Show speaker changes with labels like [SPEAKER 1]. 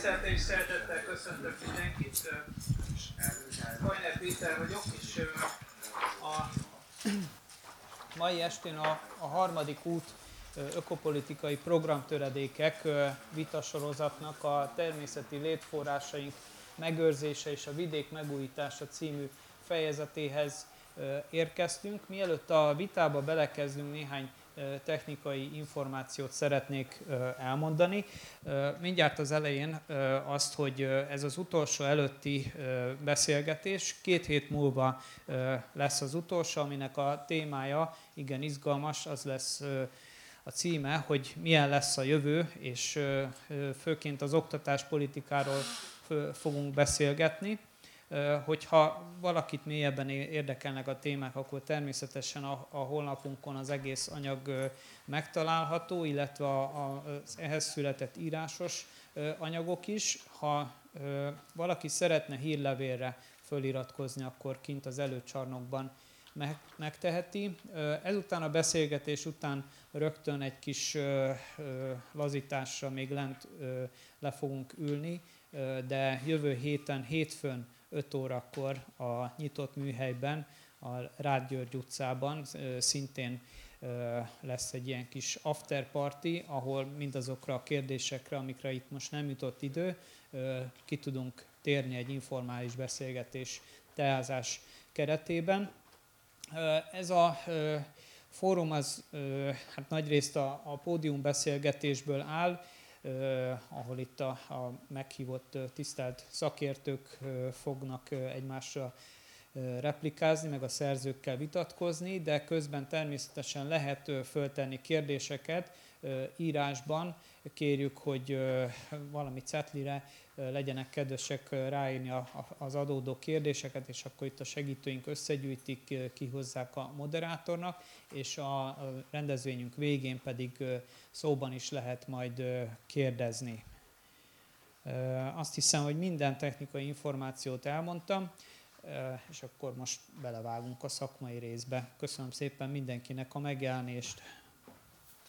[SPEAKER 1] Tisztelettel és szeretettel köszöntök mindenkit. Kajner Péter vagyok, és a mai estén a harmadik út ökopolitikai programtöredékek vitasorozatnak a természeti létforrásaink megőrzése és a vidék megújítása című fejezetéhez érkeztünk. Mielőtt a vitába belekezdünk, néhány technikai információt szeretnék elmondani. Mindjárt az elején azt, hogy ez az utolsó előtti beszélgetés, 2 hét múlva lesz az utolsó, aminek a témája igen izgalmas, az lesz a címe, hogy milyen lesz a jövő, és főként az oktatáspolitikáról fogunk beszélgetni. Hogyha valakit mélyebben érdekelnek a témák, akkor természetesen a honlapunkon az egész anyag megtalálható, illetve az ehhez született írásos anyagok is. Ha valaki szeretne hírlevélre föliratkozni, akkor kint az előcsarnokban megteheti. Ezután a beszélgetés után rögtön egy kis lazításra még lent le fogunk ülni, de jövő héten, hétfőn 5 órakor a nyitott műhelyben, a Rád György utcában szintén lesz egy ilyen kis after party, ahol mindazokra a kérdésekre, amikre itt most nem jutott idő, ki tudunk térni egy informális beszélgetés, teázás keretében. Ez a fórum az hát nagyrészt a pódiumbeszélgetésből áll, ahol itt a meghívott tisztelt szakértők fognak egymásra replikázni, meg a szerzőkkel vitatkozni, de közben természetesen lehet föltenni kérdéseket írásban. Kérjük, hogy valami cetlire legyenek kedvesek ráírni az adódó kérdéseket, és akkor itt a segítőink összegyűjtik, kihozzák a moderátornak, és a rendezvényünk végén pedig szóban is lehet majd kérdezni. Azt hiszem, hogy minden technikai információt elmondtam, és akkor most belevágunk a szakmai részbe. Köszönöm szépen mindenkinek a megjelenést.